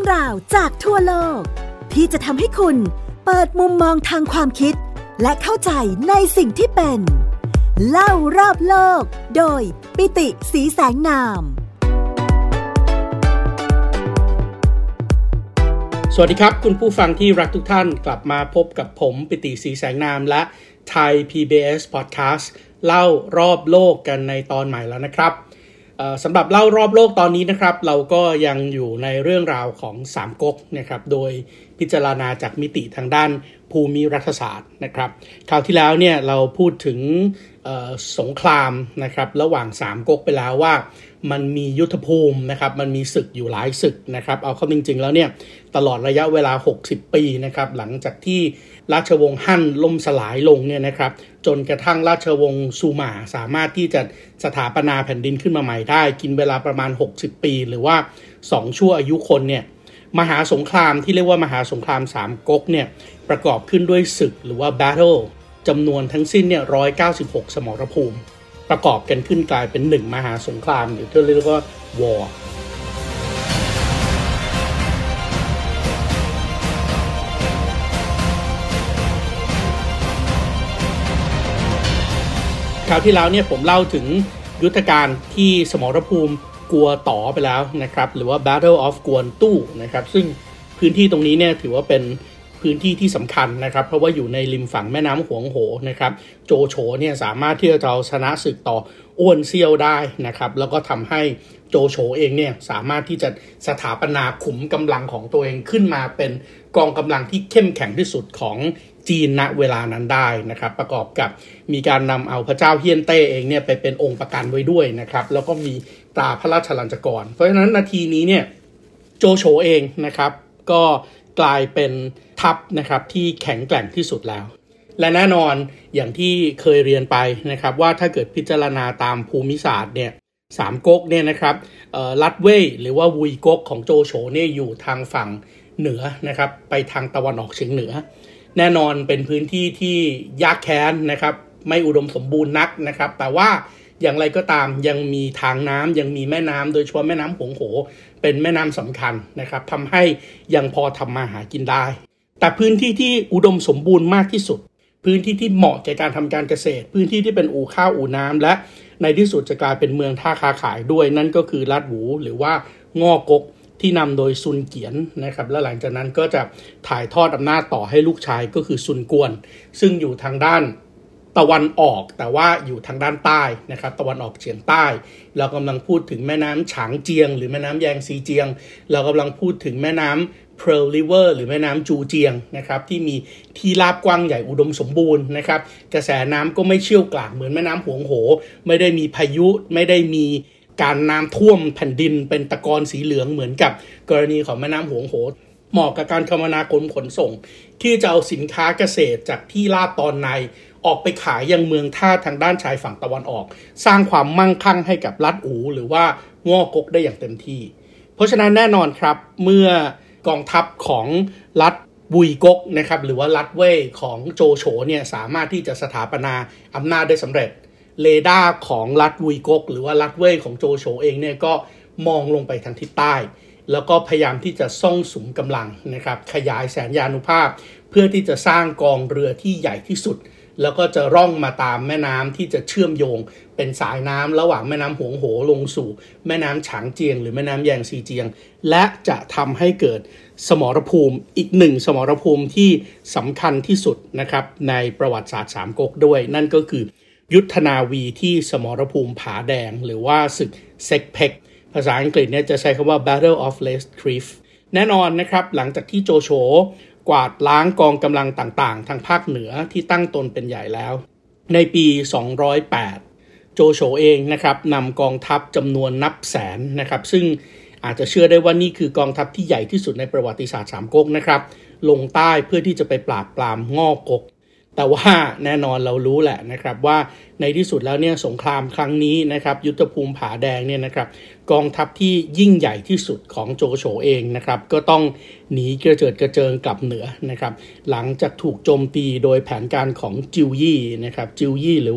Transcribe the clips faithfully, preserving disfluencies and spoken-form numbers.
ราวจากทั่วโลกที่จะทำให้คุณเปิดมุมมองทางความคิดและเข้าใจในสิ่งที่เป็นเล่ารอบโลกโดยปิติศรีแสงนามสวัสดีครับคุณผู้ฟังที่รักทุกท่านกลับมาพบกับผมปิติศรีแสงนามและ Thai พี บี เอส Podcast เล่ารอบโลกกันในตอนใหม่แล้วนะครับสำหรับเล่ารอบโลกตอนนี้นะครับเราก็ยังอยู่ในเรื่องราวของสามก๊กนะครับโดยพิจารณาจากมิติทางด้านภูมิรัฐศาสตร์นะครับคราวที่แล้วเนี่ยเราพูดถึงสงครามนะครับระหว่างสามก๊กไปแล้วว่ามันมียุทธภูมินะครับมันมีศึกอยู่หลายศึกนะครับเอาเข้าจริงๆแล้วเนี่ยตลอดระยะเวลาหกสิบปีนะครับหลังจากที่ราชวงศ์ฮั่นล่มสลายลงเนี่ยนะครับจนกระทั่งราชวงศ์ซูหม่าสามารถที่จะสถาปนาแผ่นดินขึ้นมาใหม่ได้กินเวลาประมาณหกสิบปีหรือว่าสองชั่วอายุคนเนี่ยมหาสงครามที่เรียกว่ามหาสงครามสามก๊กเนี่ยประกอบขึ้นด้วยศึกหรือว่า battle จำนวนทั้งสิ้นเนี่ยหนึ่งร้อยเก้าสิบหกสมรภูมิประกอบกันขึ้นกลายเป็นหนึ่งมหาสงครามหรือที่เรียกว่า war คราวที่แล้วเนี่ยผมเล่าถึงยุทธการที่สมรภูมิกัวต๋อไปแล้วนะครับหรือว่า Battle of กวนตู้นะครับซึ่งพื้นที่ตรงนี้เนี่ยถือว่าเป็นพื้นที่ที่สำคัญนะครับเพราะว่าอยู่ในริมฝั่งแม่น้ำหวงโหนะครับโจโฉเนี่ยสามารถที่จะเอาชนะศึกต่ออ้วนเซี่ยวได้นะครับแล้วก็ทำให้โจโฉเองเนี่ยสามารถที่จะสถาปนาขุมกำลังของตัวเองขึ้นมาเป็นกองกำลังที่เข้มแข็งที่สุดของจีนณเวลานั้นได้นะครับประกอบกับมีการนำเอาพระเจ้าเฮียนเต้เองเนี่ยไปเป็นองค์ประกันไว้ด้วยนะครับแล้วก็มีตราพระราชลัญจกรเพราะฉะนั้นนาทีนี้เนี่ยโจโฉเองนะครับก็กลายเป็นทัพนะครับที่แข็งแกร่งที่สุดแล้วและแน่นอนอย่างที่เคยเรียนไปนะครับว่าถ้าเกิดพิจารณาตามภูมิศาสตร์เนี่ยสามก๊กเนี่ยนะครับลัดเว่ยหรือว่าวุยก๊กของโจโฉเนี่ยอยู่ทางฝั่งเหนือนะครับไปทางตะวันออกเฉียงเหนือแน่นอนเป็นพื้นที่ที่ยากแค้นนะครับไม่อุดมสมบูรณ์นักนะครับแต่ว่าอย่างไรก็ตามยังมีทางน้ำยังมีแม่น้ำโดยเฉพาะแม่น้ำหวงโหเป็นแม่น้ำสำคัญนะครับทำให้ยังพอทำมาหากินได้แต่พื้นที่ที่อุดมสมบูรณ์มากที่สุดพื้นที่ที่เหมาะแก่การทำการเกษตรพื้นที่ที่เป็นอู่ข้าวอู่น้ำและในที่สุดจะกลายเป็นเมืองท่าค้าขายด้วยนั่นก็คือลาดหวูหรือว่าง่อกกที่นำโดยซุนเกียนนะครับและหลังจากนั้นก็จะถ่ายทอดอำนาจต่อให้ลูกชายก็คือซุนกวนซึ่งอยู่ทางด้านตะวันออกแต่ว่าอยู่ทางด้านใต้นะครับตะวันออกเฉียงใต้เรากำลังพูดถึงแม่น้ำฉางเจียงหรือแม่น้ำแยงซีเจียงเรากำลังพูดถึงแม่น้ำ Pearl River หรือแม่น้ำจูเจียงนะครับที่มีที่ราบกว้างใหญ่อุดมสมบูรณ์นะครับกระแสน้ำก็ไม่เชี่ยวกรากเหมือนแม่น้ำหวงโหไม่ได้มีพายุไม่ได้มีการน้ำท่วมแผ่นดินเป็นตะกอนสีเหลืองเหมือนกับกรณีของแม่น้ำหวงโหเหมาะกับการคมนาคมขนส่งที่จะเอาสินค้าเกษตรจากที่ราบตอนในออกไปขายยังเมืองท่าทางด้านชายฝั่งตะวันออกสร้างความมั่งคั่งให้กับรัฐอู่หรือว่าง่อกกได้อย่างเต็มที่เพราะฉะนั้นแน่นอนครับเมื่อกองทัพของรัฐบุยก๊กนะครับหรือว่ารัฐเว่ยของโจโฉเนี่ยสามารถที่จะสถาปนาอำนาจได้สำเร็จเรดาร์ของรัฐบุยก๊กหรือว่ารัฐเว่ยของโจโฉเองเนี่ยก็มองลงไปทางทิศใต้แล้วก็พยายามที่จะซ่องสุมกำลังนะครับขยายแสนยานุภาพเพื่อที่จะสร้างกองเรือที่ใหญ่ที่สุดแล้วก็จะร่องมาตามแม่น้ำที่จะเชื่อมโยงเป็นสายน้ำระหว่างแม่น้ำหวงโหลงสู่แม่น้ำฉางเจียงหรือแม่น้ำแยงซีเจียงและจะทำให้เกิดสมรภูมิอีกหนึ่งสมรภูมิที่สำคัญที่สุดนะครับในประวัติศาสตร์สามก๊กด้วยนั่นก็คือยุทธนาวีที่สมรภูมิผาแดงหรือว่าศึกเซ็กเพกภาษาอังกฤษเนี่ยจะใช้คำว่า Battle of Les Griffes แน่นอนนะครับหลังจากที่โจโฉกวาดล้างกองกำลังต่างๆทางภาคเหนือที่ตั้งตนเป็นใหญ่แล้วในปีสองร้อยแปดโจโฉเองนะครับนำกองทัพจำนวนนับแสนนะครับซึ่งอาจจะเชื่อได้ว่านี่คือกองทัพที่ใหญ่ที่สุดในประวัติศาสตร์สามก๊กนะครับลงใต้เพื่อที่จะไปปราบปรามง่อกกแต่ว่าแน่นอนเรารู้แหละนะครับว่าในที่สุดแล้วเนี่ยสงครามครั้งนี้นะครับยุทธภูมิผาแดงเนี่ยนะครับกองทัพที่ยิ่งใหญ่ที่สุดของโจโฉเองนะครับก็ต้องหนีกระเจิดกระเจิงกลับเหนือนะครับหลังจากถูกโจมตีโดยแผนการของจิวยี่นะครับจิวยี่หรือว่า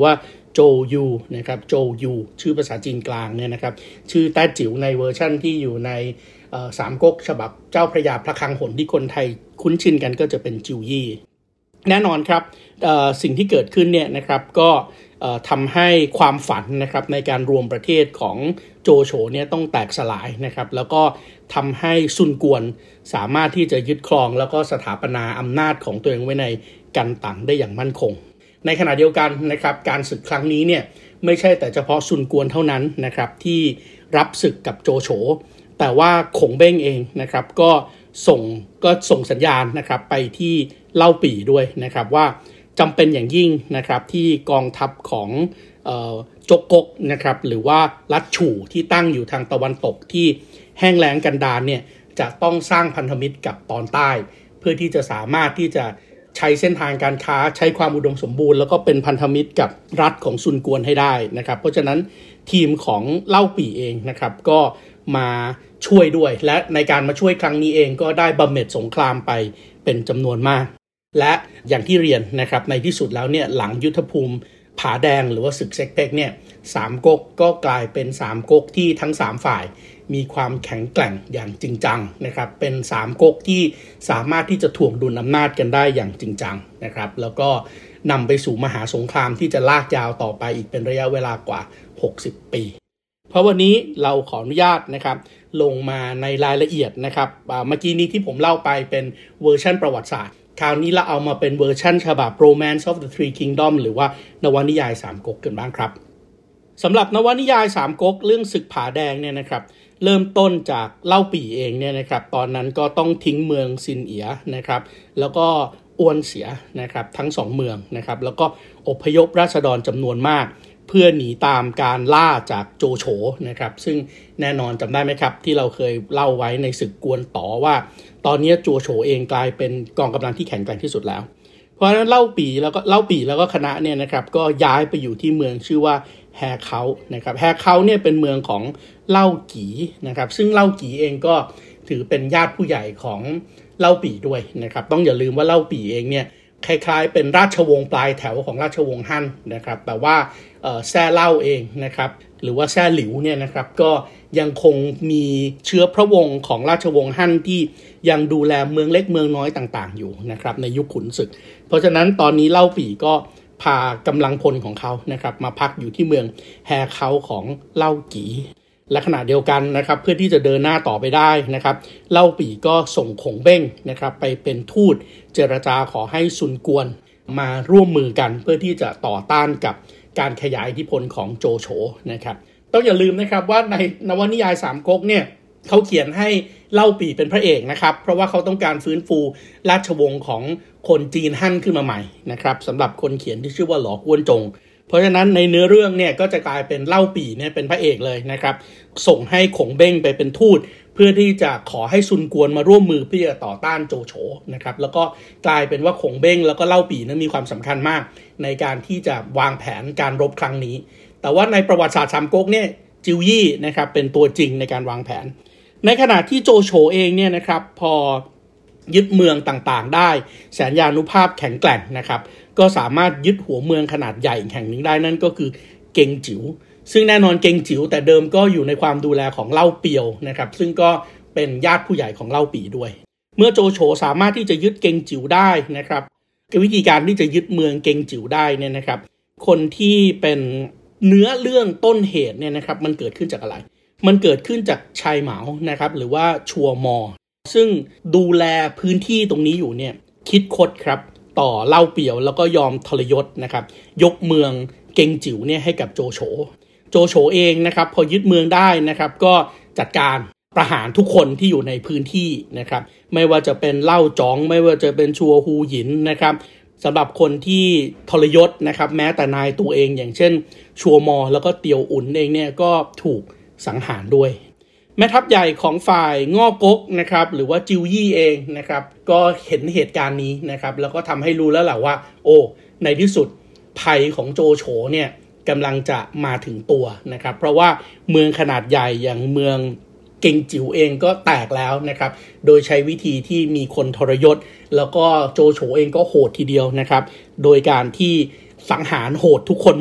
โจยูนะครับโจยูชื่อภาษาจีนกลางเนี่ยนะครับชื่อแต้จิ๋วในเวอร์ชั่นที่อยู่ในสามก๊กฉบับเจ้าพระยาพระคลังหนที่คนไทยคุ้นชินกันก็จะเป็นจิวยี่แน่นอนครับสิ่งที่เกิดขึ้นเนี่ยนะครับก็ทำให้ความฝันนะครับในการรวมประเทศของโจโฉเนี่ยต้องแตกสลายนะครับแล้วก็ทำให้ซุนกวนสามารถที่จะยึดครองแล้วก็สถาปนาอำนาจของตัวเองไว้ในกันตังได้อย่างมั่นคงในขณะเดียวกันนะครับการศึกครั้งนี้เนี่ยไม่ใช่แต่เฉพาะซุนกวนเท่านั้นนะครับที่รับศึกกับโจโฉแต่ว่าขงเบ้งเองนะครับก็ส่งก็ส่งสัญญาณนะครับไปที่เล่าปี่ด้วยนะครับว่าจำเป็นอย่างยิ่งนะครับที่กองทัพของเอ่อจกกกนะครับหรือว่าลัดฉู่ที่ตั้งอยู่ทางตะวันตกที่แห้งแล้งกันดารเนี่ยจะต้องสร้างพันธมิตรกับตอนใต้เพื่อที่จะสามารถที่จะใช้เส้นทางการค้าใช้ความอุดมสมบูรณ์แล้วก็เป็นพันธมิตรกับรัฐของซุนกวนให้ได้นะครับเพราะฉะนั้นทีมของเล่าปี่เองนะครับก็มาช่วยด้วยและในการมาช่วยครั้งนี้เองก็ได้บำเหน็จสงครามไปเป็นจำนวนมากและอย่างที่เรียนนะครับในที่สุดแล้วเนี่ยหลังยุทธภูมิผาแดงหรือว่าศึกเซ็กเต็กเนี่ยสามก๊กก็กลายเป็นสามก๊กที่ทั้งสามฝ่ายมีความแข็งแกร่งอย่างจริงจังนะครับเป็นสามก๊กที่สามารถที่จะถ่วงดุลอำนาจกันได้อย่างจริงจังนะครับแล้วก็นำไปสู่มหาสงครามที่จะลากยาวต่อไปอีกเป็นระยะเวลากว่าหกสิบปีเพราะวันนี้เราขออนุญาตนะครับลงมาในรายละเอียดนะครับเมื่อกี้นี้ที่ผมเล่าไปเป็นเวอร์ชันประวัติศาสตร์คราวนี้เราเอามาเป็นเวอร์ชันฉบับ Romance of the Three Kingdom หรือว่านวนิยายสามก๊กกันบ้างครับสำหรับนวนิยายสามก๊กเรื่องศึกผาแดงเนี่ยนะครับเริ่มต้นจากเล่าปี่เองเนี่ยนะครับตอนนั้นก็ต้องทิ้งเมืองซินเอียนะครับแล้วก็อ้วนเสียนะครับทั้งสองเมืองนะครับแล้วก็อพยพราษฎรจำนวนมากเพื่อหนีตามการล่าจากโจโฉนะครับซึ่งแน่นอนจำได้ไหมครับที่เราเคยเล่าไว้ในศึกกวนต๋อว่าตอนนี้โจโฉเองกลายเป็นกองกำลังที่แข็งแกร่งที่สุดแล้วเพราะฉะนั้นเล่าปี่แล้วก็เล่าปี่แล้วก็คณะเนี่ยนะครับก็ย้ายไปอยู่ที่เมืองชื่อว่าแฮเขานะครับแฮเขาเนี่ยเป็นเมืองของเล่ากีนะครับซึ่งเล่ากีเองก็ถือเป็นญาติผู้ใหญ่ของเล่าปี่ด้วยนะครับต้องอย่าลืมว่าเล่าปี่เองเนี่ยคล้ายๆเป็นราชวงศ์ปลายแถวของราชวงศ์ฮั่นนะครับแต่ว่าแซ่เล่าเองนะครับหรือว่าแซ่หลิวเนี่ยนะครับก็ยังคงมีเชื้อพระวงศ์ของราชวงศ์ฮั่นที่ยังดูแลเมืองเล็กเมืองน้อยต่างๆอยู่นะครับในยุคขุนศึกเพราะฉะนั้นตอนนี้เล่าปี่ก็พากำลังพลของเขานะครับมาพักอยู่ที่เมืองแฮเขาของเล่ากีและขณะเดียวกันนะครับเพื่อที่จะเดินหน้าต่อไปได้นะครับเล่าปี่ก็ส่งขงเบ้งนะครับไปเป็นทูตเจรจาขอให้ซุนกวนมาร่วมมือกันเพื่อที่จะต่อต้านกับการขยายอิทธิพลของโจโฉนะครับต้องอย่าลืมนะครับว่าในนวนิยายสามก๊กเนี่ยเขาเขียนให้เล่าปี่เป็นพระเอกนะครับเพราะว่าเขาต้องการฟื้นฟูราชวงศ์ของคนจีนฮั่นขึ้นมาใหม่นะครับสำหรับคนเขียนที่ชื่อว่าหลอกวนจงเพราะฉะนั้นในเนื้อเรื่องเนี่ยก็จะกลายเป็นเล่าปี่เนี่ยเป็นพระเอกเลยนะครับส่งให้ขงเบ้งไปเป็นทูตเพื่อที่จะขอให้ซุนกวนมาร่วมมือเพื่อจะต่อต้านโจโฉนะครับแล้วก็กลายเป็นว่าขงเบ้งแล้วก็เล่าปี่นั้นมีความสำคัญมากในการที่จะวางแผนการรบครั้งนี้แต่ว่าในประวัติศาสตร์สามก๊กเนี่ยจิวยี่นะครับเป็นตัวจริงในการวางแผนในขณะที่โจโฉเองเนี่ยนะครับพอยึดเมืองต่างๆได้แสนยานุภาพแข็งแกร่งนะครับก็สามารถยึดหัวเมืองขนาดใหญ่แห่งหนึ่งได้นั่นก็คือเกงจิ๋วซึ่งแน่นอนเกงจิ๋วแต่เดิมก็อยู่ในความดูแลของเล่าเปียวนะครับซึ่งก็เป็นญาติผู้ใหญ่ของเล่าปี่ด้วยเมื่อโจโฉสามารถที่จะยึดเกงจิ๋วได้นะครับวิธีการที่จะยึดเมืองเกงจิ๋วได้เนี่ยนะครับคนที่เป็นเนื้อเรื่องต้นเหตุเนี่ยนะครับมันเกิดขึ้นจากอะไรมันเกิดขึ้นจากชายเหมานะครับหรือว่าชัวมอซึ่งดูแลพื้นที่ตรงนี้อยู่เนี่ยคิดคดครับต่อเล่าเปียวแล้วก็ยอมทรยศนะครับยกเมืองเกงจิ๋วเนี่ยให้กับโจโฉโจโฉเองนะครับพอยึดเมืองได้นะครับก็จัดการประหารทุกคนที่อยู่ในพื้นที่นะครับไม่ว่าจะเป็นเล่าจ๋องไม่ว่าจะเป็นชัวฮูหยินนะครับสำหรับคนที่ทรยศนะครับแม้แต่นายตัวเองอย่างเช่นชัวมอแล้วก็เตียวอุ่นเองเนี่ยก็ถูกสังหารด้วยแม่ทัพใหญ่ของฝ่ายง่อก๊กนะครับหรือว่าจิวยี่เองนะครับก็เห็นเหตุการณ์นี้นะครับแล้วก็ทำให้รู้แล้วแหละว่าโอ้ในที่สุดภัยของโจโฉเนี่ยกำลังจะมาถึงตัวนะครับเพราะว่าเมืองขนาดใหญ่อย่างเมืองเกงจิ๋วเองก็แตกแล้วนะครับโดยใช้วิธีที่มีคนทรยศแล้วก็โจโฉเองก็โหดทีเดียวนะครับโดยการที่สังหารโหดทุกคนหมด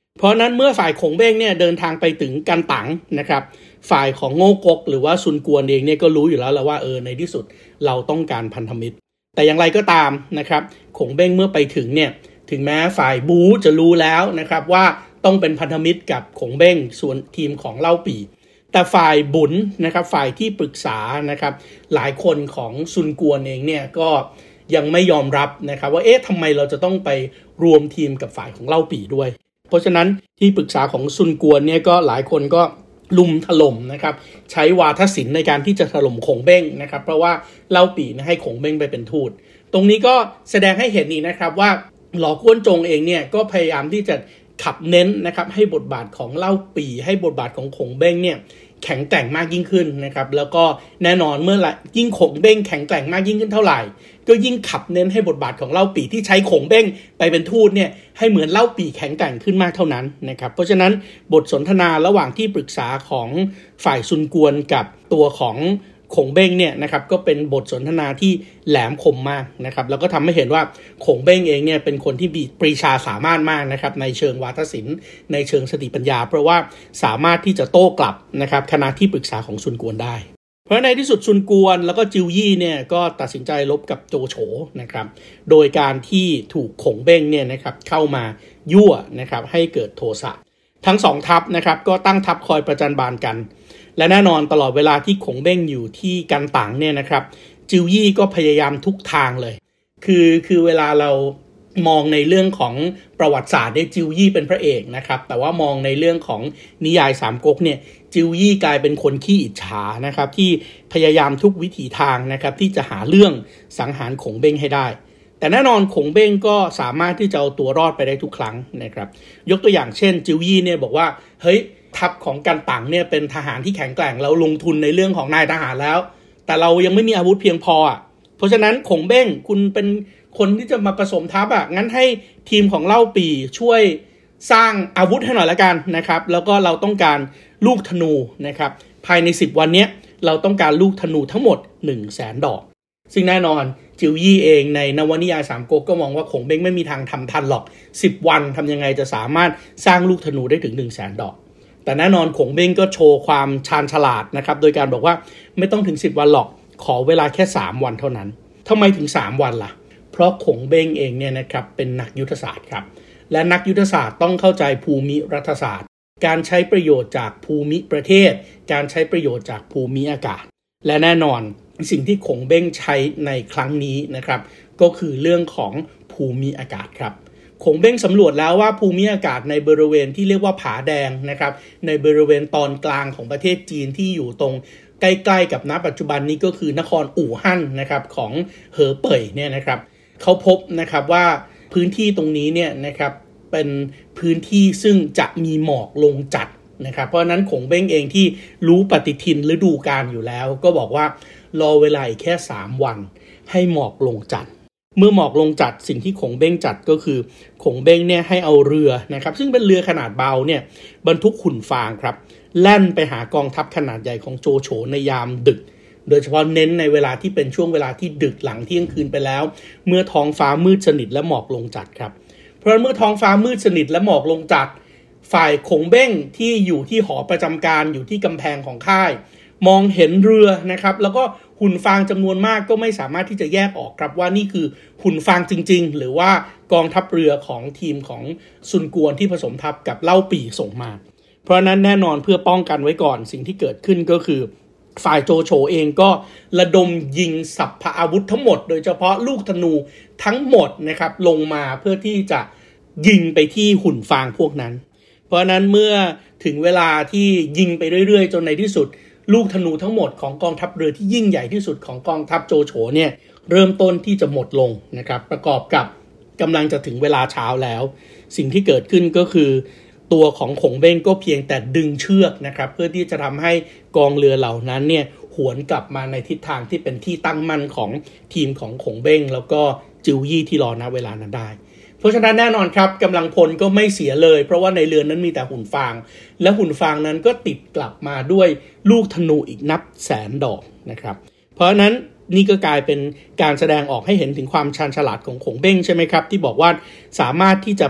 เพราะนั้นเมื่อฝ่ายขงเบ้งเนี่ยเดินทางไปถึงกันตังนะครับฝ่ายของโง่กกหรือว่าซุนกวนเองเนี่ยก็รู้อยู่แล้วแล้วว่าเออในที่สุดเราต้องการพันธมิตรแต่อย่างไรก็ตามนะครับขงเบ้งเมื่อไปถึงเนี่ยถึงแม้ฝ่ายบูจะรู้แล้วนะครับว่าต้องเป็นพันธมิตรกับขงเบ้งส่วนทีมของเล่าปี่แต่ฝ่ายบุญนะครับฝ่ายที่ปรึกษานะครับหลายคนของซุนกวนเองเนี่ยก็ยังไม่ยอมรับนะครับว่าเอ๊ะทำไมเราจะต้องไปรวมทีมกับฝ่ายของเล่าปี่ด้วยเพราะฉะนั้นที่ปรึกษาของซุนกวนเนี่ยก็หลายคนก็ลุมถล่มนะครับใช้วาทศิลป์ในการที่จะถล่มขงเบ้งนะครับเพราะว่าเล่าปี่ให้ขงเบ้งไปเป็นทูตตรงนี้ก็แสดงให้เห็นนี่นะครับว่าหลอกวนจงเองเนี่ยก็พยายามที่จะขับเน้นนะครับให้บทบาทของเล่าปี่ให้บทบาทของขงเบ้งเนี่ยแข็งแกร่งมากยิ่งขึ้นนะครับแล้วก็แน่นอนเมื่อยิ่งขงเบ้งแข็งแกร่งมากยิ่งขึ้นเท่าไหร่ก็ยิ่งขับเน้นให้บทบาทของเล่าปี่ที่ใช้ขงเบ้งไปเป็นทูตเนี่ยให้เหมือนเล่าปี่แข็งแกร่งขึ้นมากเท่านั้นนะครับเพราะฉะนั้นบทสนทนาระหว่างที่ปรึกษาของฝ่ายซุนกวนกับตัวของขงเบ้งเนี่ยนะครับก็เป็นบทสนทนาที่แหลมคมมากนะครับแล้วก็ทำให้เห็นว่าขงเบ้งเองเนี่ยเป็นคนที่มีปรีชาสามารถมากนะครับในเชิงวาทศิลป์ในเชิงสติปัญญาเพราะว่าสามารถที่จะโต้กลับนะครับคณะที่ปรึกษาของซุนกวนได้เพราะในที่สุดซุนกวนแล้วก็จิวยี่เนี่ยก็ตัดสินใจลบกับโจโฉนะครับโดยการที่ถูกขงเบ้งเนี่ยนะครับเข้ามายั่วนะครับให้เกิดโทสะทั้งสองทัพนะครับก็ตั้งทัพคอยประจันบานกันและแน่นอนตลอดเวลาที่ขงเบ้งอยู่ที่กันตังเนี่ยนะครับจิวยี่ก็พยายามทุกทางเลยคือคือเวลาเรามองในเรื่องของประวัติศาสตร์เนี่ยจิวยี่เป็นพระเอกนะครับแต่ว่ามองในเรื่องของนิยายสามก๊กเนี่ยจิวยี่กลายเป็นคนขี้อิจฉานะครับที่พยายามทุกวิถีทางนะครับที่จะหาเรื่องสังหารขงเบ้งให้ได้แต่แน่นอนขงเบ้งก็สามารถที่จะเอาตัวรอดไปได้ทุกครั้งนะครับยกตัวอย่างเช่นจิวยี่เนี่ยบอกว่าเฮ้ยทัพของกันตังเนี่ยเป็นทหารที่แข็งแกร่งเราลงทุนในเรื่องของนายทหารแล้วแต่เรายังไม่มีอาวุธเพียงพออ่ะเพราะฉะนั้นขงเบ้งคุณเป็นคนที่จะมาผสมทัพอ่ะงั้นให้ทีมของเล่าปี่ช่วยสร้างอาวุธให้หน่อยละกันนะครับแล้วก็เราต้องการลูกธนูนะครับภายในสิบวันนี้เราต้องการลูกธนูทั้งหมด หนึ่งแสน ดอกซึ่งแน่นอนจิวยี่เองในนวนิยายสามก๊กก็มองว่าขงเบ้งไม่มีทางทำทันหรอกสิบวันทำยังไงจะสามารถสร้างลูกธนูได้ถึง หนึ่งแสน ดอกแต่แน่นอนขงเบ้งก็โชว์ความชาญฉลาดนะครับโดยการบอกว่าไม่ต้องถึงสิบวันหรอกขอเวลาแค่สามวันเท่านั้นทำไมถึงสามวันล่ะเพราะขงเบ้งเองเนี่ยนะครับเป็นนักยุทธศาสตร์ครับและนักยุทธศาสตร์ต้องเข้าใจภูมิรัฐศาสตร์การใช้ประโยชน์จากภูมิประเทศการใช้ประโยชน์จากภูมิอากาศและแน่นอนสิ่งที่ขงเบ้งใช้ในครั้งนี้นะครับก็คือเรื่องของภูมิอากาศครับขงเบ้งสำรวจแล้วว่าภูมิอากาศในบริเวณที่เรียกว่าผาแดงนะครับในบริเวณตอนกลางของประเทศจีนที่อยู่ตรงใกล้ๆกับณปัจจุบันนี้ก็คือนครอู่ฮั่นนะครับของเหอเป่ยเนี่ยนะครับเขาพบนะครับว่าพื้นที่ตรงนี้เนี่ยนะครับเป็นพื้นที่ซึ่งจะมีหมอกลงจัดนะครับเพราะนั้นขงเบ้งเองที่รู้ปฏิทินฤดูกาลอยู่แล้วก็บอกว่ารอเวลาอีกแค่สามวันให้หมอกลงจัดเมื่อหมอกลงจัดสิ่งที่ขงเบ้งจัดก็คือขงเบ้งเนี่ยให้เอาเรือนะครับซึ่งเป็นเรือขนาดเบาเนี่ยบรรทุกหุ่นฟางครับแล่นไปหากองทัพขนาดใหญ่ของโจโฉในยามดึกโดยเฉพาะเน้นในเวลาที่เป็นช่วงเวลาที่ดึกหลังเที่ยงคืนไปแล้วเมื่อท้องฟ้ามืดสนิทและหมอกลงจัดครับเพราะเมื่อท้องฟ้ามืดสนิทและหมอกลงจัดฝ่ายขงเบ้งที่อยู่ที่หอประจำการอยู่ที่กำแพงของค่ายมองเห็นเรือนะครับแล้วก็หุ่นฟางจำนวนมากก็ไม่สามารถที่จะแยกออกครับว่านี่คือหุ่นฟางจริงๆหรือว่ากองทัพเรือของทีมของซุนกวนที่ผสมทัพกับเล่าปี่ส่งมาเพราะนั้นแน่นอนเพื่อป้องกันไว้ก่อนสิ่งที่เกิดขึ้นก็คือฝ่ายโจโฉเองก็ระดมยิงสัพพะอาวุธทั้งหมดโดยเฉพาะลูกธนูทั้งหมดนะครับลงมาเพื่อที่จะยิงไปที่หุ่นฟางพวกนั้นเพราะนั้นเมื่อถึงเวลาที่ยิงไปเรื่อยๆจนในที่สุดลูกธนูทั้งหมดของกองทัพเรือที่ยิ่งใหญ่ที่สุดของกองทัพโจโฉเนี่ยเริ่มต้นที่จะหมดลงนะครับประกอบกับกำลังจะถึงเวลาเช้าแล้วสิ่งที่เกิดขึ้นก็คือตัวของขงเบ้งก็เพียงแต่ดึงเชือกนะครับเพื่อที่จะทำให้กองเรือเหล่านั้นเนี่ยหวนกลับมาในทิศทางที่เป็นที่ตั้งมั่นของทีมของขงเบ้งแล้วก็จิวยี่ที่รอณเวลานั้นได้เพราะฉะนั้นแน่นอนครับกำลังพลก็ไม่เสียเลยเพราะว่าในเรือนั้นมีแต่หุ่นฟางและหุ่นฟางนั้นก็ติดกลับมาด้วยลูกธนูอีกนับแสนดอกนะครับเพราะฉะนั้นนี่ก็กลายเป็นการแสดงออกให้เห็นถึงความชาญฉลาดของขงเบ้งใช่ไหมครับที่บอกว่าสามารถที่จะ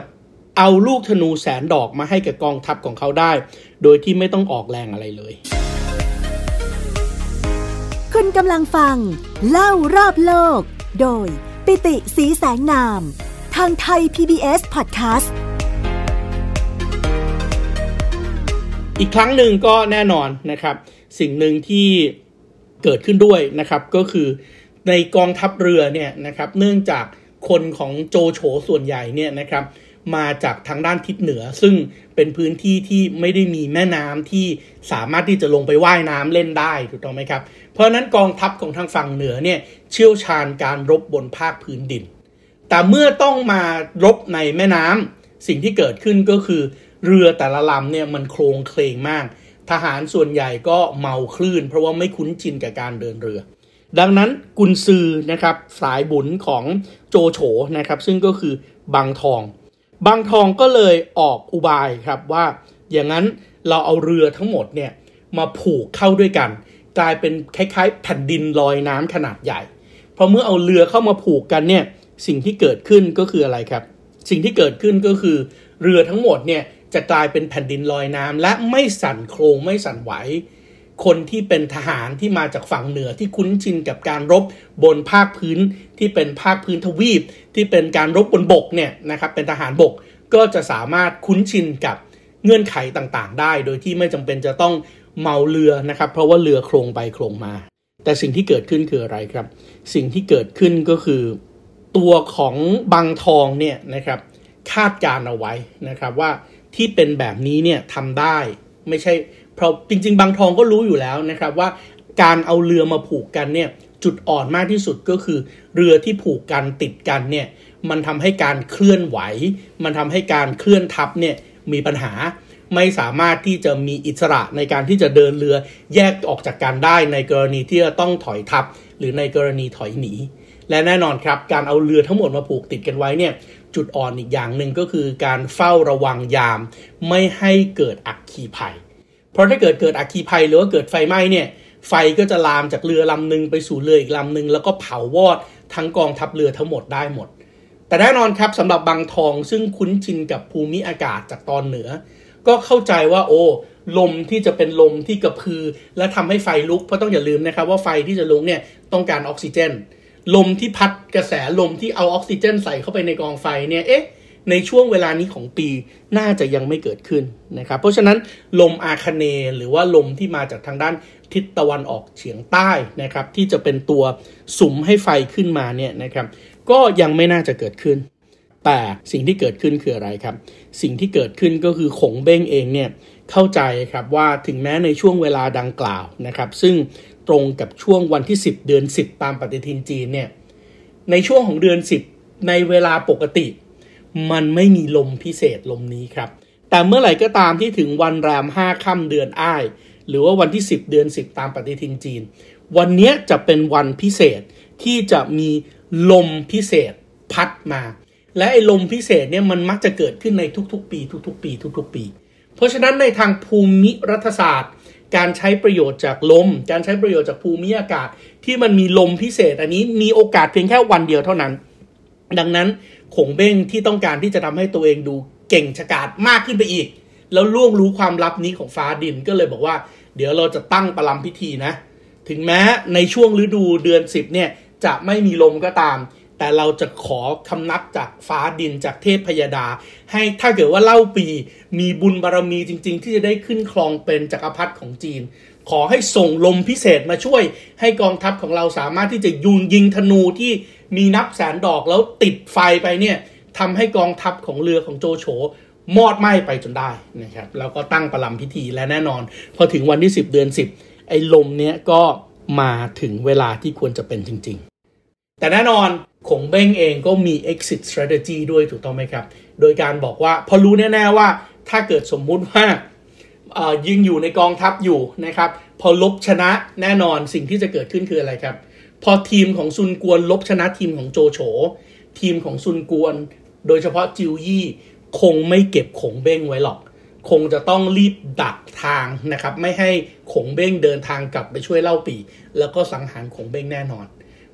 เอาลูกธนูแสนดอกมาให้กับกองทัพของเขาได้โดยที่ไม่ต้องออกแรงอะไรเลยคุณกำลังฟังเล่ารอบโลกโดยปิติศรีแสงนามทางไทย พี บี เอส Podcast อีกครั้งหนึ่งก็แน่นอนนะครับสิ่งหนึ่งที่เกิดขึ้นด้วยนะครับก็คือในกองทัพเรือเนี่ยนะครับเนื่องจากคนของโจโฉส่วนใหญ่เนี่ยนะครับมาจากทางด้านทิศเหนือซึ่งเป็นพื้นที่ที่ไม่ได้มีแม่น้ำที่สามารถที่จะลงไปว่ายน้ำเล่นได้ถูกต้องไหมครับเพราะนั้นกองทัพของทางฝั่งเหนือเนี่ยเชี่ยวชาญการรบบนภาคพื้นดินแต่เมื่อต้องมารบในแม่น้ำสิ่งที่เกิดขึ้นก็คือเรือแต่ละลำเนี่ยมันโคลงเคลงมากทหารส่วนใหญ่ก็เมาคลื่นเพราะว่าไม่คุ้นชินกับการเดินเรือดังนั้นกุนซือนะครับสายบุญของโจโฉนะครับซึ่งก็คือบางทองบางทองก็เลยออกอุบายครับว่าอย่างนั้นเราเอาเรือทั้งหมดเนี่ยมาผูกเข้าด้วยกันกลายเป็นคล้ายๆแผ่นดินลอยน้ำขนาดใหญ่เพราะเมื่อเอาเรือเข้ามาผูกกันเนี่ยสิ่งที่เกิดขึ้นก็คืออะไรครับสิ่งที่เกิดขึ้นก็คือเรือทั้งหมดเนี่ยจะกลายเป็นแผ่นดินลอยน้ำและไม่สั่นโคลงไม่สั่นไหวคนที่เป็นทหารที่มาจากฝั่งเหนือที่คุ้นชินกับการรบบนภาคพื้นที่เป็นภาคพื้นทวีปที่เป็นการรบบนบกเนี่ยนะครับเป็นทหารบกก็จะสามารถคุ้นชินกับเงื่อนไขต่างๆได้โดยที่ไม่จำเป็นจะต้องเมาเรือนะครับเพราะว่าเรือโคลงไปโคลงมาแต่สิ่งที่เกิดขึ้นคืออะไรครับสิ่งที่เกิดขึ้นก็คือตัวของบางทองเนี่ยนะครับคาดการเอาไว้นะครับว่าที่เป็นแบบนี้เนี่ยทำได้ไม่ใช่เพราะจริงๆบางทองก็รู้อยู่แล้วนะครับว่าการเอาเรือมาผูกกันเนี่ยจุดอ่อนมากที่สุดก็คือเรือที่ผูกกันติดกันเนี่ยมันทำให้การเคลื่อนไหวมันทำให้การเคลื่อนทัพเนี่ยมีปัญหาไม่สามารถที่จะมีอิสระในการที่จะเดินเรือแยกออกจากกันได้ในกรณีที่จะต้องถอยทัพหรือในกรณีถอยหนีและแน่นอนครับการเอาเรือทั้งหมดมาผูกติดกันไว้เนี่ยจุดอ่อนอีกอย่างหนึ่งก็คือการเฝ้าระวังยามไม่ให้เกิดอัคคีภัยเพราะถ้าเกิดเกิดอัคคีภัยหรือว่าเกิดไฟไหม้เนี่ยไฟก็จะลามจากเรือลำนึงไปสู่เรืออีกลำนึงแล้วก็เผาวอดทั้งกองทัพเรือทั้งหมดได้หมดแต่แน่นอนครับสำหรับบางทองซึ่งคุ้นชินกับภูมิอากาศจากตอนเหนือก็เข้าใจว่าโอ้ลมที่จะเป็นลมที่กระพือและทำให้ไฟลุกเพราะต้องอย่าลืมนะครับว่าไฟที่จะลุกเนี่ยต้องการออกซิเจนลมที่พัดกระแสลมที่เอาออกซิเจนใส่เข้าไปในกองไฟเนี่ยเอ๊ะในช่วงเวลานี้ของปีน่าจะยังไม่เกิดขึ้นนะครับเพราะฉะนั้นลมอาคเนย์หรือว่าลมที่มาจากทางด้านทิศตะวันออกเฉียงใต้นะครับที่จะเป็นตัวสุมให้ไฟขึ้นมาเนี่ยนะครับก็ยังไม่น่าจะเกิดขึ้นแต่สิ่งที่เกิดขึ้นคืออะไรครับสิ่งที่เกิดขึ้นก็คือขงเบ้งเองเนี่ยเข้าใจครับว่าถึงแม้ในช่วงเวลาดังกล่าวนะครับซึ่งตรงกับช่วงวันที่สิบเดือนสิบตามปฏิทินจีนเนี่ยในช่วงของเดือนสิบในเวลาปกติมันไม่มีลมพิเศษลมนี้ครับแต่เมื่อไหร่ก็ตามที่ถึงวันแรมห้าค่ำเดือนอ้ายหรือว่าวันที่สิบเดือนสิบตามปฏิทินจีนวันนี้จะเป็นวันพิเศษที่จะมีลมพิเศษพัดมาและไอ้ลมพิเศษเนี่ยมันมักจะเกิดขึ้นในทุกๆปีทุกๆปีทุกๆปีเพราะฉะนั้นในทางภูมิรัฐศาสตร์การใช้ประโยชน์จากลมการใช้ประโยชน์จากภูมิอากาศที่มันมีลมพิเศษอันนี้มีโอกาสเพียงแค่วันเดียวเท่านั้นดังนั้นขงเบ้งที่ต้องการที่จะทำให้ตัวเองดูเก่งฉกาจมากขึ้นไปอีกแล้วล่วงรู้ความลับนี้ของฟ้าดินก็เลยบอกว่าเดี๋ยวเราจะตั้งประลัมพิธีนะถึงแม้ในช่วงฤดูเดือนสิบเนี่ยจะไม่มีลมก็ตามแต่เราจะขอคำนับจากฟ้าดินจากเทพพยดาให้ถ้าเกิดว่าเล่าปีมีบุญบารมีจริงๆที่จะได้ขึ้นครองเป็นจักรพรรดิของจีนขอให้ส่งลมพิเศษมาช่วยให้กองทัพของเราสามารถที่จะยุงยิงธนูที่มีนับแสนดอกแล้วติดไฟไปเนี่ยทำให้กองทัพของเรือของโจโฉมอดไหม้ไปจนได้นะครับแล้วก็ตั้งประลัมพิธีและแน่นอนพอถึงวันที่สิบเดือนสิบไอ้ลมเนี้ยก็มาถึงเวลาที่ควรจะเป็นจริงๆแต่แน่นอนขงเบ้งเองก็มี exit strategy ด้วยถูกต้องไหมครับโดยการบอกว่าพอรู้แน่ๆว่าถ้าเกิดสมมุติว่ายิงอยู่ในกองทัพอยู่นะครับพอลบชนะแน่นอนสิ่งที่จะเกิดขึ้นคืออะไรครับพอทีมของซุนกวนลบชนะทีมของโจโฉทีมของซุนกวนโดยเฉพาะจิวยี่คงไม่เก็บขงเบ้งไว้หรอกคงจะต้องรีบดักทางนะครับไม่ให้ขงเบ้งเดินทางกลับไปช่วยเล่าปี่แล้วก็สังหารขงเบ้งแน่นอน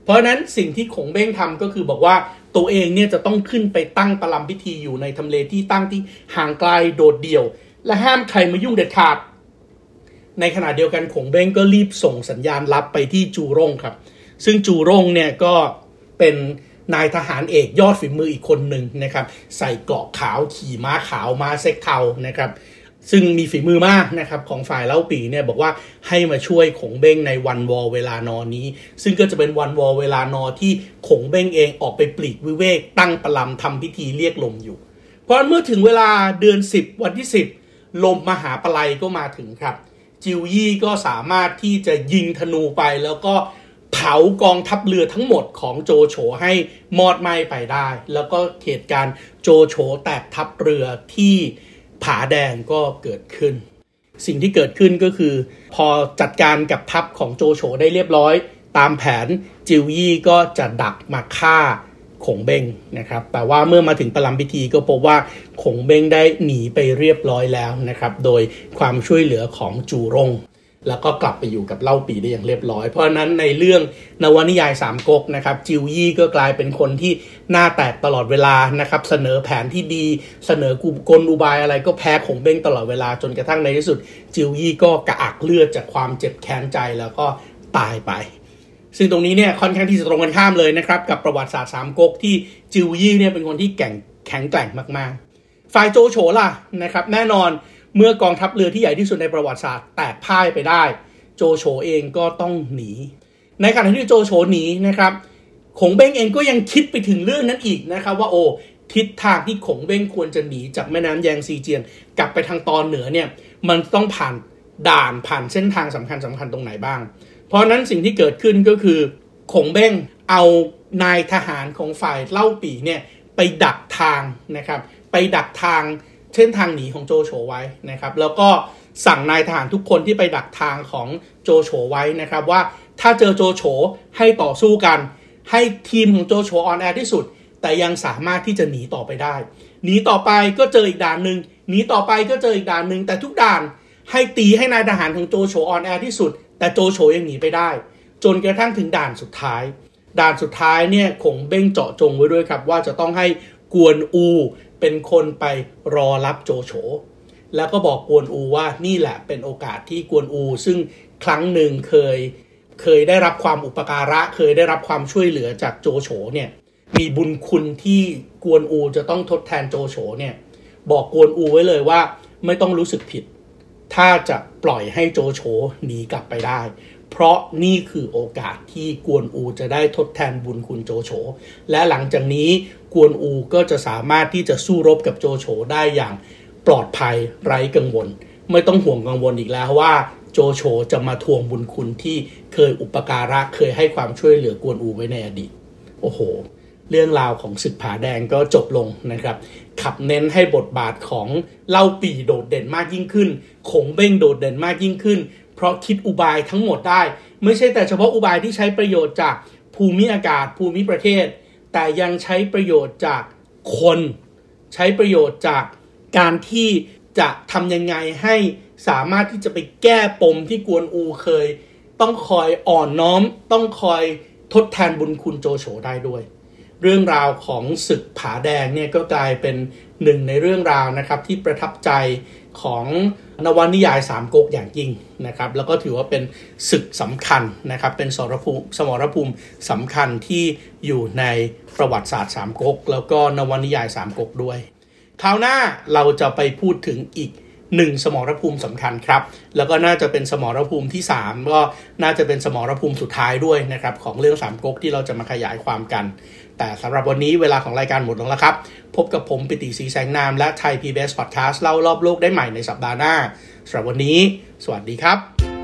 เพราะนั้นสิ่งที่ขงเบ้งทำก็คือบอกว่าตัวเองเนี่ยจะต้องขึ้นไปตั้งประลัมพิธีอยู่ในทำเลที่ตั้งที่ห่างไกลโดดเดี่ยวและห้ามใครมายุ่งเด็ดขาดในขณะเดียวกันขงเบ้งก็รีบส่งสัญญาณลับไปที่จูร่งครับซึ่งจูร่งเนี่ยก็เป็นนายทหารเอกยอดฝีมืออีกคนหนึ่งนะครับใส่เกราะขาวขี่ม้าขาวม้าเซ็กเทานะครับซึ่งมีฝีมือมากนะครับของฝ่ายเล่าปี่เนี่ยบอกว่าให้มาช่วยขงเบ้งในวันวอเวลานอนี้ซึ่งก็จะเป็นวันวอเวลานอที่ขงเบ้งเองออกไปปลีกวิเวกตั้งประลัมทำพิธีเรียกลมอยู่เพราะเมื่อถึงเวลาเดือนสิบวันที่สิบลมมหาปลัยก็มาถึงครับจิวยี่ก็สามารถที่จะยิงธนูไปแล้วก็เผากองทัพเรือทั้งหมดของโจโฉให้มอดไหม้ไปได้แล้วก็เหตุการณ์โจโฉแตกทัพเรือที่ผาแดงก็เกิดขึ้นสิ่งที่เกิดขึ้นก็คือพอจัดการกับทัพของโจโฉได้เรียบร้อยตามแผนจิวยี่ก็จะดักมาฆ่าขงเบ้งนะครับแต่ว่าเมื่อมาถึงประลัมพิธีก็พบว่าขงเบ้งได้หนีไปเรียบร้อยแล้วนะครับโดยความช่วยเหลือของจูร่งแล้วก็กลับไปอยู่กับเล่าปี่ได้อย่างเรียบร้อยเพราะนั้นในเรื่องนวนิยายสามก๊กนะครับจิวยี่ก็กลายเป็นคนที่หน้าแตกตลอดเวลานะครับเสนอแผนที่ดีเสนอกลอุบายอะไรก็แพ้ขงเบ้งตลอดเวลาจนกระทั่งในที่สุดจิวยี่ก็กระอักเลือดจากความเจ็บแค้นใจแล้วก็ตายไปซึ่งตรงนี้เนี่ยค่อนข้างที่จะตรงกันข้ามเลยนะครับกับประวัติศาสตร์สามก๊กที่จิวยี่เนี่ยเป็นคนที่แข็งแข็งแกร่งมากๆฝ่ายโจโฉล่ะนะครับแน่นอนเมื่อกองทัพเรือที่ใหญ่ที่สุดในประวัติศาสตร์แตกพ่ายไปได้โจโฉเองก็ต้องหนีในขณะที่โจโฉหนีนะครับขงเบ้งเองก็ยังคิดไปถึงเรื่องนั้นอีกนะครับว่าโอ้ทิศทางที่ขงเบ้งควรจะหนีจากแม่น้ำแยงซีเจียนกลับไปทางตอนเหนือเนี่ยมันต้องผ่านด่านผ่านเส้นทางสำคัญสำคัญตรงไหนบ้างเพราะนั้นสิ่งที่เกิดขึ้นก็คือขงเบ้งเอานายทหารของฝ่ายเล่าปี่เนี่ยไปดักทางนะครับไปดักทางเส้นทางหนีของโจโฉไว้นะครับแล้วก็สั่งนายทหารทุกคนที่ไปดักทางของโจโฉไว้นะครับว่าถ้าเจอโจโฉให้ต่อสู้กันให้ทีมของโจโฉอ่อนแอที่สุดแต่ยังสามารถที่จะหนีต่อไปได้หนีต่อไปก็เจออีกด่านนึงหนีต่อไปก็เจออีกด่านนึงแต่ทุกด่านให้ตีให้นายทหารของโจโฉอ่อนแอที่สุดแต่โจโฉยังหนีไปได้จนกระทั่งถึงด่านสุดท้ายด่านสุดท้ายเนี่ยขงเบ้งเจาะจงไว้ด้วยครับว่าจะต้องให้กวนอูเป็นคนไปรอรับโจโฉแล้วก็บอกกวนอูว่านี่แหละเป็นโอกาสที่กวนอูซึ่งครั้งหนึ่งเคยเคยได้รับความอุปการะเคยได้รับความช่วยเหลือจากโจโฉเนี่ยมีบุญคุณที่กวนอูจะต้องทดแทนโจโฉเนี่ยบอกกวนอูไว้เลยว่าไม่ต้องรู้สึกผิดถ้าจะปล่อยให้โจโฉหนีกลับไปได้เพราะนี่คือโอกาสที่กวนอูจะได้ทดแทนบุญคุณโจโฉและหลังจากนี้กวนอูก็จะสามารถที่จะสู้รบกับโจโฉได้อย่างปลอดภัยไร้กังวลไม่ต้องห่วงกังวลอีกแล้วว่าโจโฉจะมาทวงบุญคุณที่เคยอุปการะเคยให้ความช่วยเหลือกวนอูไว้ในอดีตโอ้โหเรื่องราวของศึกผาแดงก็จบลงนะครับขับเน้นให้บทบาทของเล่าปี่โดดเด่นมากยิ่งขึ้นขงเบ้งโดดเด่นมากยิ่งขึ้นเพราะคิดอุบายทั้งหมดได้ไม่ใช่แต่เฉพาะอุบายที่ใช้ประโยชน์จากภูมิอากาศภูมิประเทศแต่ยังใช้ประโยชน์จากคนใช้ประโยชน์จากการที่จะทำยังไงให้สามารถที่จะไปแก้ปมที่กวนอูเคยต้องคอยอ่อนน้อมต้องคอยทดแทนบุญคุณโจโฉได้ด้วยเรื่องราวของศึกผาแดงเนี่ยก็กลายเป็นหนึ่งในเรื่องราวนะครับที่ประทับใจของนวนิยายสามก๊กอย่างยิ่งนะครับแล้วก็ถือว่าเป็นศึกสำคัญนะครับเป็นสมรภูมิสมรภูมิสำคัญที่อยู่ในประวัติศาสตร์สามก๊กแล้วก็นวนิยายสามก๊กด้วยคราวหน้าเราจะไปพูดถึงอีกหนึ่งสมรภูมิสำคัญครับแล้วก็น่าจะเป็นสมรภูมิที่สามก็น่าจะเป็นสมรภูมิสุดท้ายด้วยนะครับของเรื่องสามก๊กที่เราจะมาขยายความกันแต่สำหรับวันนี้เวลาของรายการหมดลงแล้วครับพบกับผมปิติศรีแสงนามและไทย พี บี เอส Podcast เล่ารอบโลกได้ใหม่ในสัปดาห์หน้าสำหรับวันนี้สวัสดีครับ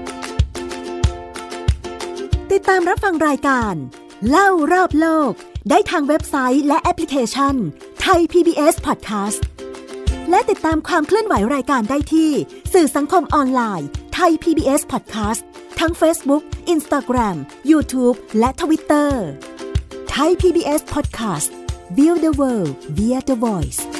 ติดตามรับฟังรายการเล่ารอบโลกได้ทางเว็บไซต์และแอปพลิเคชันไทย พี บี เอส Podcast และติดตามความเคลื่อนไหวรายการได้ที่สื่อสังคมออนไลน์ไทย พี บี เอส Podcast ทั้ง Facebook, Instagram, YouTube และ Twitter ไทย พี บี เอส Podcast View the world via the voice